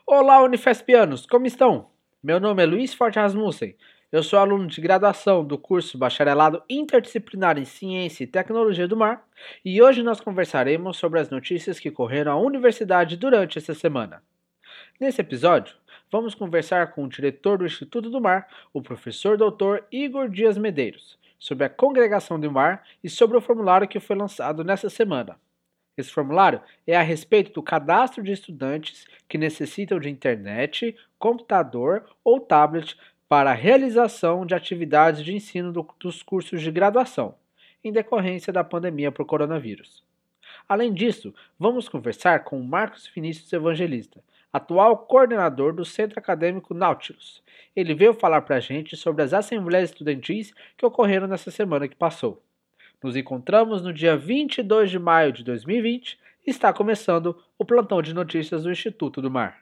Olá, Unifespianos, como estão? Meu nome é Luiz Forte Rasmussen. Eu sou aluno de graduação do curso Bacharelado Interdisciplinar em Ciência e Tecnologia do Mar e hoje nós conversaremos sobre as notícias que correram à universidade durante essa semana. Nesse episódio, vamos conversar com o diretor do Instituto do Mar, o professor Dr. Igor Dias Medeiros, sobre a Congregação do Mar e sobre o formulário que foi lançado nessa semana. Esse formulário é a respeito do cadastro de estudantes que necessitam de internet, computador ou tablet para a realização de atividades de ensino dos cursos de graduação, em decorrência da pandemia por coronavírus. Além disso, vamos conversar com o Marcos Vinícius Evangelista, atual coordenador do Centro Acadêmico Nautilus. Ele veio falar para a gente sobre as assembleias estudantis que ocorreram nessa semana que passou. Nos encontramos no dia 22 de maio de 2020 e está começando o plantão de notícias do Instituto do Mar.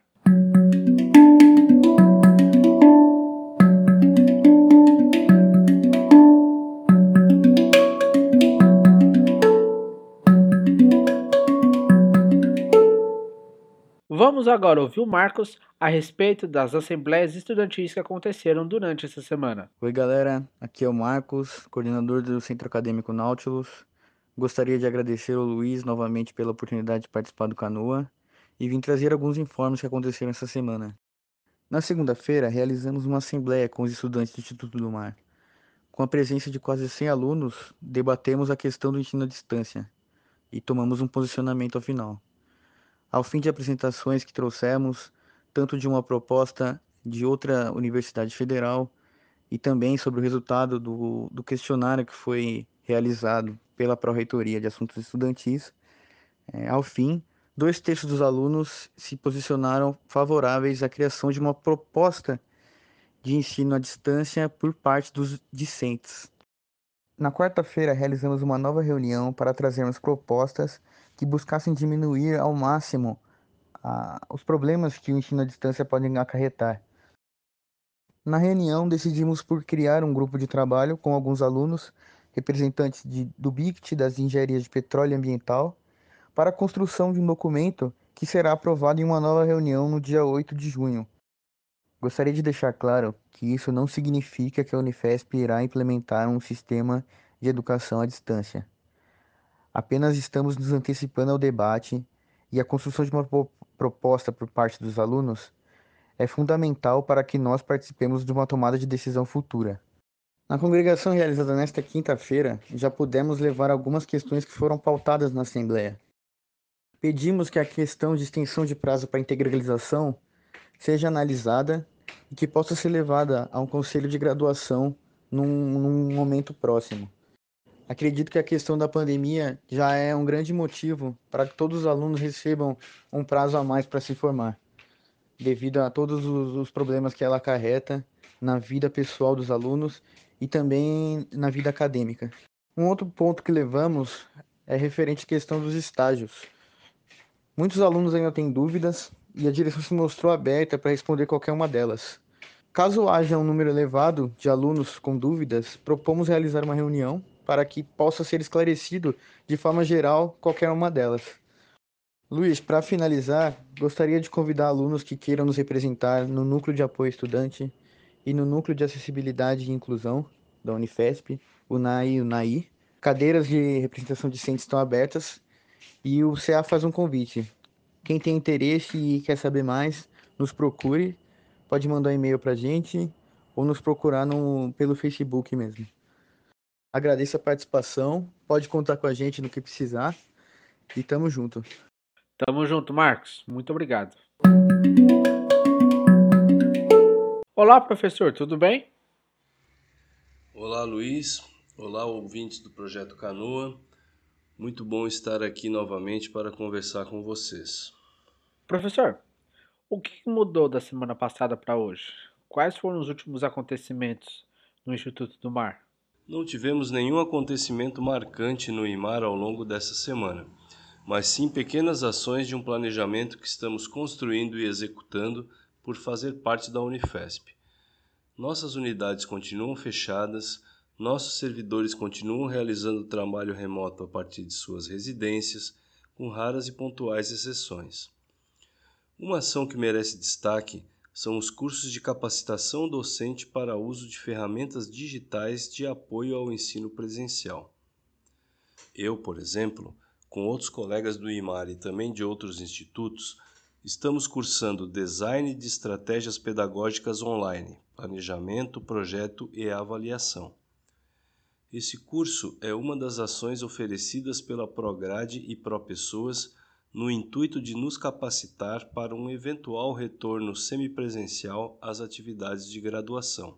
Vamos agora ouvir o Marcos a respeito das assembleias estudantis que aconteceram durante essa semana. Oi, galera. Aqui é o Marcos, coordenador do Centro Acadêmico Nautilus. Gostaria de agradecer ao Luiz novamente pela oportunidade de participar do Canoa e vim trazer alguns informes que aconteceram essa semana. Na segunda-feira, realizamos uma assembleia com os estudantes do Instituto do Mar. Com a presença de quase 100 alunos, debatemos a questão do ensino à distância e tomamos um posicionamento ao final. Ao fim de apresentações que trouxemos, tanto de uma proposta de outra universidade federal, e também sobre o resultado do questionário que foi realizado pela Pró-Reitoria de Assuntos Estudantis. Ao fim, 2/3 dos alunos se posicionaram favoráveis à criação de uma proposta de ensino à distância por parte dos discentes. Na quarta-feira, realizamos uma nova reunião para trazermos propostas que buscassem diminuir ao máximo os problemas que o ensino à distância pode acarretar. Na reunião, decidimos por criar um grupo de trabalho com alguns alunos, representantes do BICT, das engenharias de petróleo e ambiental, para a construção de um documento que será aprovado em uma nova reunião no dia 8 de junho. Gostaria de deixar claro que isso não significa que a Unifesp irá implementar um sistema de educação à distância. Apenas estamos nos antecipando ao debate e a construção de uma proposta por parte dos alunos é fundamental para que nós participemos de uma tomada de decisão futura. Na congregação realizada nesta quinta-feira, já pudemos levar algumas questões que foram pautadas na Assembleia. Pedimos que a questão de extensão de prazo para integralização seja analisada e que possa ser levada a um conselho de graduação num momento próximo. Acredito que a questão da pandemia já é um grande motivo para que todos os alunos recebam um prazo a mais para se formar, devido a todos os problemas que ela acarreta na vida pessoal dos alunos e também na vida acadêmica. Um outro ponto que levamos é referente à questão dos estágios. Muitos alunos ainda têm dúvidas e a direção se mostrou aberta para responder qualquer uma delas. Caso haja um número elevado de alunos com dúvidas, propomos realizar uma reunião para que possa ser esclarecido de forma geral qualquer uma delas. Luiz, para finalizar, gostaria de convidar alunos que queiram nos representar no Núcleo de Apoio Estudante e no Núcleo de Acessibilidade e Inclusão da Unifesp, UNAI e UNAI. Cadeiras de representação discente estão abertas e o CA faz um convite. Quem tem interesse e quer saber mais, nos procure. Pode mandar um e-mail para a gente ou nos procurar pelo Facebook mesmo. Agradeço a participação, pode contar com a gente no que precisar e tamo junto. Tamo junto, Marcos. Muito obrigado. Olá, professor, tudo bem? Olá, Luiz. Olá, ouvintes do Projeto Canoa. Muito bom estar aqui novamente para conversar com vocês. Professor, o que mudou da semana passada para hoje? Quais foram os últimos acontecimentos no Instituto do Mar? Não tivemos nenhum acontecimento marcante no IMAR ao longo dessa semana, mas sim pequenas ações de um planejamento que estamos construindo e executando por fazer parte da Unifesp. Nossas unidades continuam fechadas, nossos servidores continuam realizando trabalho remoto a partir de suas residências, com raras e pontuais exceções. Uma ação que merece destaque são os cursos de capacitação docente para uso de ferramentas digitais de apoio ao ensino presencial. Eu, por exemplo, com outros colegas do IMAR e também de outros institutos, estamos cursando Design de Estratégias Pedagógicas Online, Planejamento, Projeto e Avaliação. Esse curso é uma das ações oferecidas pela Prograde e ProPessoas no intuito de nos capacitar para um eventual retorno semipresencial às atividades de graduação.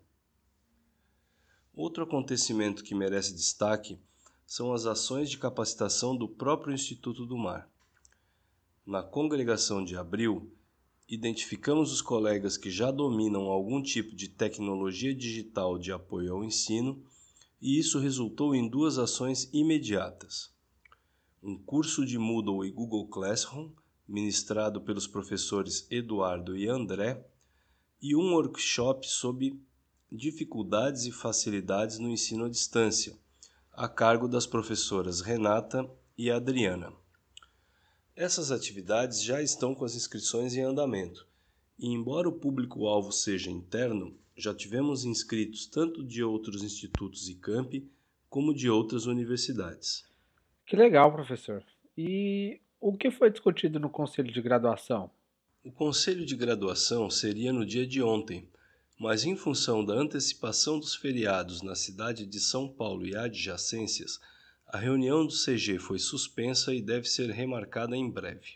Outro acontecimento que merece destaque são as ações de capacitação do próprio Instituto do Mar. Na congregação de abril, identificamos os colegas que já dominam algum tipo de tecnologia digital de apoio ao ensino e isso resultou em 2 ações imediatas. Um curso de Moodle e Google Classroom, ministrado pelos professores Eduardo e André, e um workshop sobre dificuldades e facilidades no ensino à distância, a cargo das professoras Renata e Adriana. Essas atividades já estão com as inscrições em andamento, e embora o público-alvo seja interno, já tivemos inscritos tanto de outros institutos e campi, como de outras universidades. Que legal, professor. E o que foi discutido no conselho de graduação? O conselho de graduação seria no dia de ontem, mas em função da antecipação dos feriados na cidade de São Paulo e adjacências, a reunião do CG foi suspensa e deve ser remarcada em breve.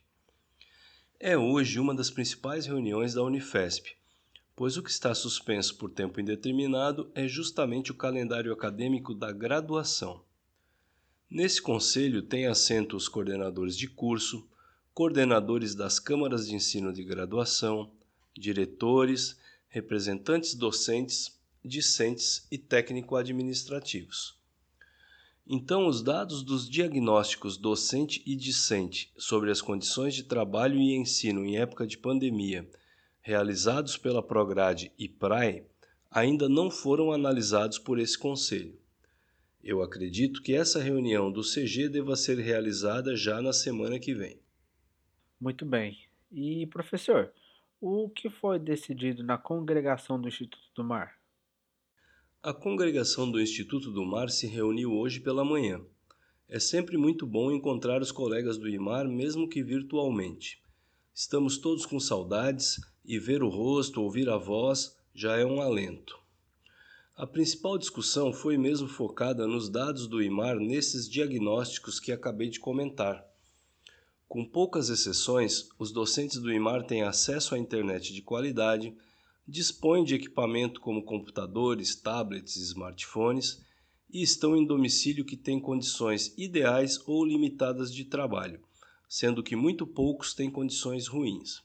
É hoje uma das principais reuniões da Unifesp, pois o que está suspenso por tempo indeterminado é justamente o calendário acadêmico da graduação. Nesse conselho têm assento os coordenadores de curso, coordenadores das câmaras de ensino de graduação, diretores, representantes docentes, discentes e técnico-administrativos. Então, os dados dos diagnósticos docente e discente sobre as condições de trabalho e ensino em época de pandemia, realizados pela Prograde e PRAE, ainda não foram analisados por esse conselho. Eu acredito que essa reunião do CG deva ser realizada já na semana que vem. Muito bem. E, professor, o que foi decidido na congregação do Instituto do Mar? A congregação do Instituto do Mar se reuniu hoje pela manhã. É sempre muito bom encontrar os colegas do IMAR, mesmo que virtualmente. Estamos todos com saudades e ver o rosto, ouvir a voz, já é um alento. A principal discussão foi mesmo focada nos dados do IMAR nesses diagnósticos que acabei de comentar. Com poucas exceções, os docentes do IMAR têm acesso à internet de qualidade, dispõem de equipamento como computadores, tablets e smartphones e estão em domicílio que tem condições ideais ou limitadas de trabalho, sendo que muito poucos têm condições ruins.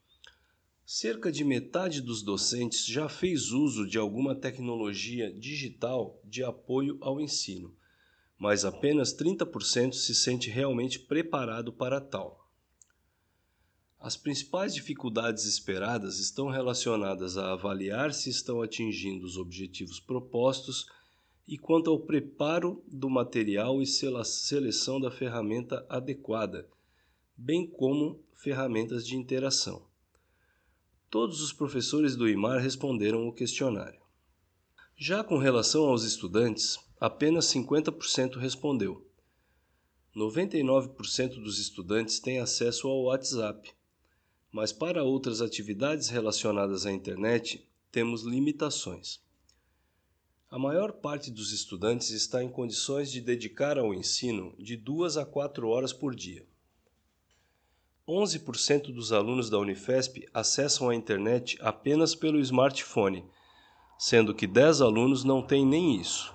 Cerca de metade dos docentes já fez uso de alguma tecnologia digital de apoio ao ensino, mas apenas 30% se sente realmente preparado para tal. As principais dificuldades esperadas estão relacionadas a avaliar se estão atingindo os objetivos propostos e quanto ao preparo do material e seleção da ferramenta adequada, bem como ferramentas de interação. Todos os professores do IMAR responderam o questionário. Já com relação aos estudantes, apenas 50% respondeu. 99% dos estudantes têm acesso ao WhatsApp, mas para outras atividades relacionadas à internet, temos limitações. A maior parte dos estudantes está em condições de dedicar ao ensino de 2 a 4 horas por dia. 11% dos alunos da Unifesp acessam a internet apenas pelo smartphone, sendo que 10 alunos não têm nem isso.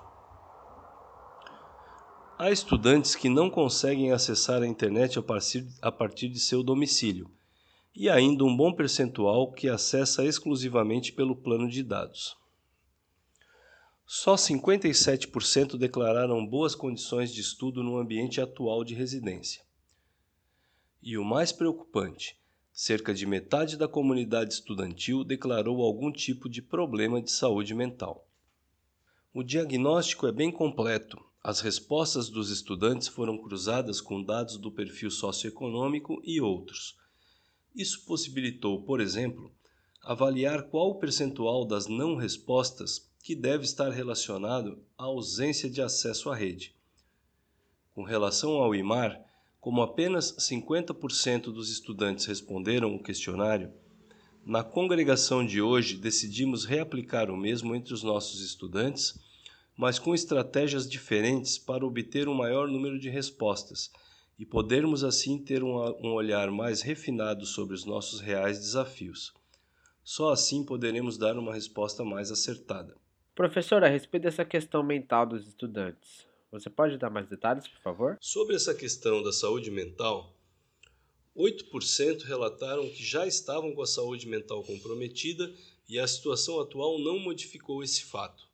Há estudantes que não conseguem acessar a internet a partir de seu domicílio, e ainda um bom percentual que acessa exclusivamente pelo plano de dados. Só 57% declararam boas condições de estudo no ambiente atual de residência. E o mais preocupante, cerca de metade da comunidade estudantil declarou algum tipo de problema de saúde mental. O diagnóstico é bem completo. As respostas dos estudantes foram cruzadas com dados do perfil socioeconômico e outros. Isso possibilitou, por exemplo, avaliar qual o percentual das não respostas que deve estar relacionado à ausência de acesso à rede. Com relação ao IMAR, como apenas 50% dos estudantes responderam o questionário, na congregação de hoje decidimos reaplicar o mesmo entre os nossos estudantes, mas com estratégias diferentes para obter um maior número de respostas e podermos assim ter um olhar mais refinado sobre os nossos reais desafios. Só assim poderemos dar uma resposta mais acertada. Professor, a respeito dessa questão mental dos estudantes, você pode dar mais detalhes, por favor? Sobre essa questão da saúde mental, 8% relataram que já estavam com a saúde mental comprometida e a situação atual não modificou esse fato.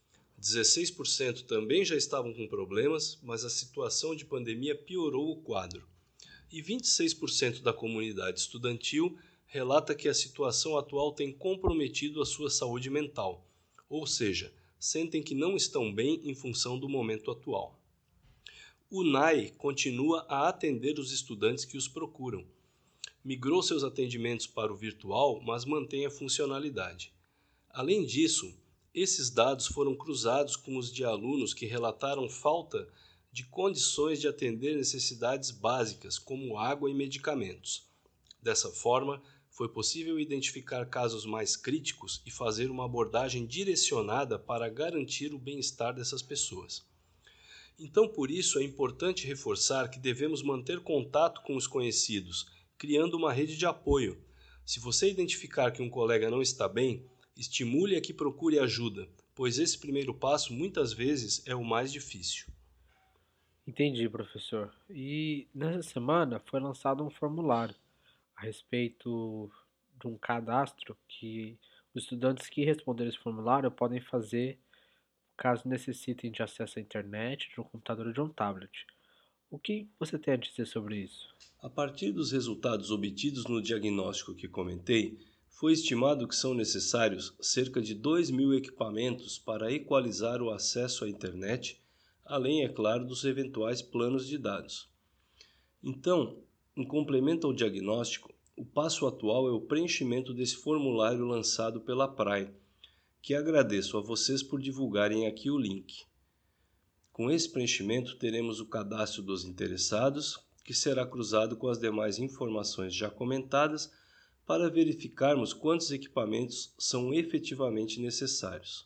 16% também já estavam com problemas, mas a situação de pandemia piorou o quadro. E 26% da comunidade estudantil relata que a situação atual tem comprometido a sua saúde mental, ou seja, sentem que não estão bem em função do momento atual. O NAI continua a atender os estudantes que os procuram. Migrou seus atendimentos para o virtual, mas mantém a funcionalidade. Além disso, esses dados foram cruzados com os de alunos que relataram falta de condições de atender necessidades básicas, como água e medicamentos. Dessa forma, foi possível identificar casos mais críticos e fazer uma abordagem direcionada para garantir o bem-estar dessas pessoas. Então, por isso, é importante reforçar que devemos manter contato com os conhecidos, criando uma rede de apoio. Se você identificar que um colega não está bem, estimule a que procure ajuda, pois esse primeiro passo muitas vezes é o mais difícil. Entendi, professor. E nessa semana foi lançado um formulário a respeito de um cadastro que os estudantes que responderem esse formulário podem fazer caso necessitem de acesso à internet, de um computador ou de um tablet. O que você tem a dizer sobre isso? A partir dos resultados obtidos no diagnóstico que comentei, foi estimado que são necessários cerca de 2.000 equipamentos para equalizar o acesso à internet, além, é claro, dos eventuais planos de dados. Então, em complemento ao diagnóstico, o passo atual é o preenchimento desse formulário lançado pela PRAE, que agradeço a vocês por divulgarem aqui o link. Com esse preenchimento, teremos o cadastro dos interessados, que será cruzado com as demais informações já comentadas para verificarmos quantos equipamentos são efetivamente necessários.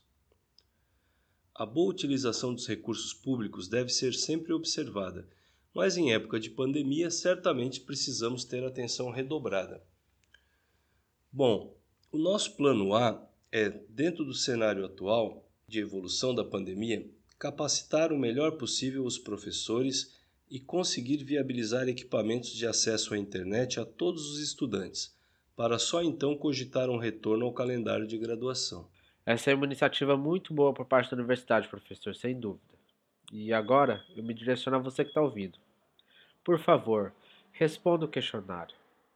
A boa utilização dos recursos públicos deve ser sempre observada, mas em época de pandemia certamente precisamos ter atenção redobrada. Bom, o nosso plano A é, dentro do cenário atual de evolução da pandemia, capacitar o melhor possível os professores e conseguir viabilizar equipamentos de acesso à internet a todos os estudantes, para só então cogitar um retorno ao calendário de graduação. Essa é uma iniciativa muito boa por parte da universidade, professor, sem dúvida. E agora eu me direciono a você que está ouvindo. Por favor, responda o questionário.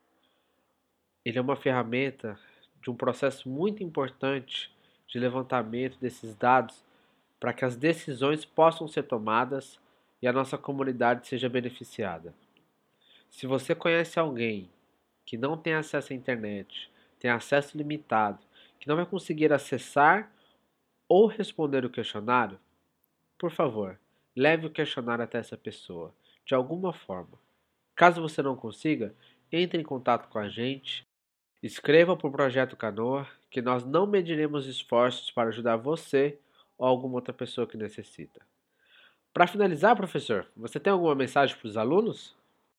Ele é uma ferramenta de um processo muito importante de levantamento desses dados para que as decisões possam ser tomadas e a nossa comunidade seja beneficiada. Se você conhece alguém que não tem acesso à internet, tem acesso limitado, que não vai conseguir acessar ou responder o questionário, por favor, leve o questionário até essa pessoa, de alguma forma. Caso você não consiga, entre em contato com a gente, escreva para o Projeto Canoa, que nós não mediremos esforços para ajudar você ou alguma outra pessoa que necessita. Para finalizar, professor, você tem alguma mensagem para os alunos?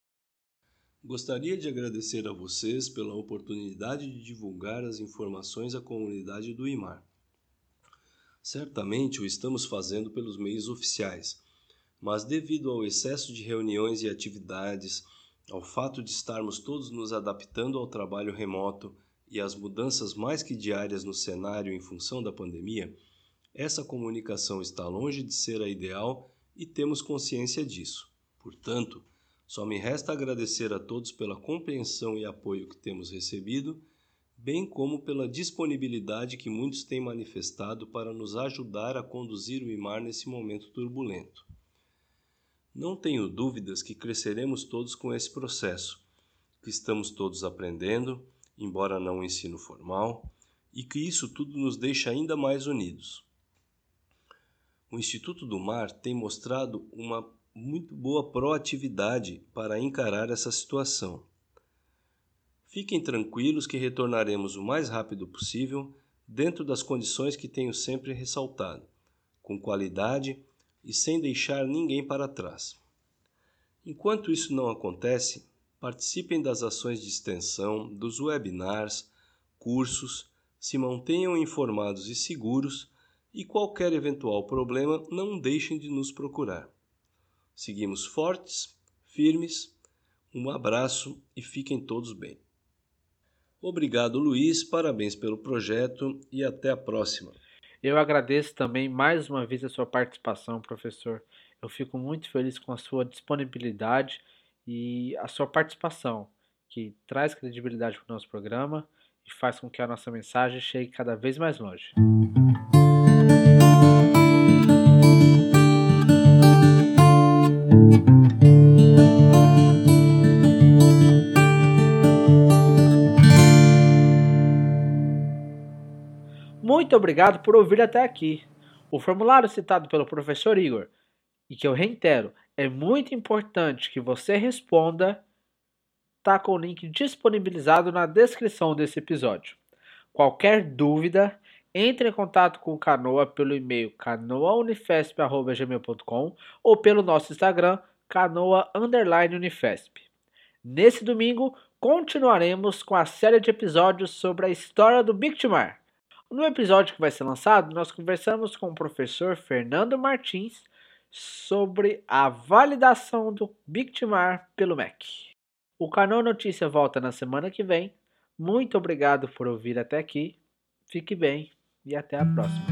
Gostaria de agradecer a vocês pela oportunidade de divulgar as informações à comunidade do IMAR. Certamente o estamos fazendo pelos meios oficiais, mas devido ao excesso de reuniões e atividades, ao fato de estarmos todos nos adaptando ao trabalho remoto e às mudanças mais que diárias no cenário em função da pandemia, essa comunicação está longe de ser a ideal e temos consciência disso. Portanto, só me resta agradecer a todos pela compreensão e apoio que temos recebido, bem como pela disponibilidade que muitos têm manifestado para nos ajudar a conduzir o IMAR nesse momento turbulento. Não tenho dúvidas que cresceremos todos com esse processo, que estamos todos aprendendo, embora não o ensino formal, e que isso tudo nos deixa ainda mais unidos. O Instituto do Mar tem mostrado uma muito boa proatividade para encarar essa situação. Fiquem tranquilos que retornaremos o mais rápido possível, dentro das condições que tenho sempre ressaltado, com qualidade e sem deixar ninguém para trás. Enquanto isso não acontece, participem das ações de extensão, dos webinars, cursos, se mantenham informados e seguros e qualquer eventual problema não deixem de nos procurar. Seguimos fortes, firmes, um abraço e fiquem todos bem. Obrigado, Luiz, parabéns pelo projeto e até a próxima. Eu agradeço também mais uma vez a sua participação, professor. Eu fico muito feliz com a sua disponibilidade e a sua participação, que traz credibilidade para o nosso programa e faz com que a nossa mensagem chegue cada vez mais longe. Muito obrigado por ouvir até aqui. O formulário citado pelo professor Igor, e que eu reitero, é muito importante que você responda, está com o link disponibilizado na descrição desse episódio. Qualquer dúvida, entre em contato com o Canoa pelo e-mail canoaunifesp@gmail.com ou pelo nosso Instagram, canoa_unifesp. Nesse domingo, continuaremos com a série de episódios sobre a história do Bictimar. No episódio que vai ser lançado, nós conversamos com o professor Fernando Martins sobre a validação do Bictimar pelo MEC. O Canoa Notícia volta na semana que vem. Muito obrigado por ouvir até aqui. Fique bem e até a próxima.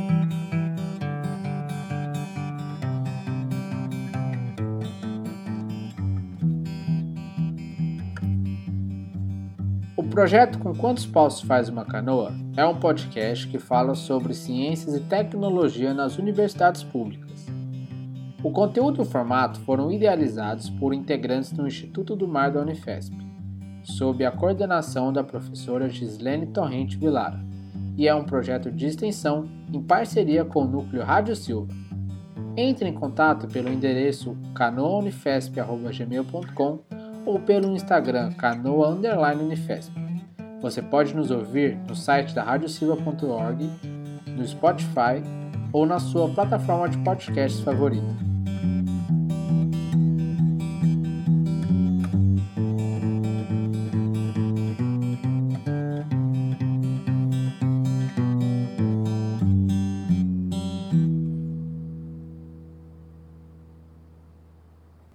O projeto Com Quantos Paus Faz Uma Canoa é um podcast que fala sobre ciências e tecnologia nas universidades públicas. O conteúdo e o formato foram idealizados por integrantes do Instituto do Mar da Unifesp, sob a coordenação da professora Gislene Torrente Vilara, e é um projeto de extensão em parceria com o Núcleo Rádio Silva. Entre em contato pelo endereço canoaunifesp@gmail.com ou pelo Instagram canoa_unifesp. Você pode nos ouvir no site da radiosilva.org, no Spotify ou na sua plataforma de podcasts favorita.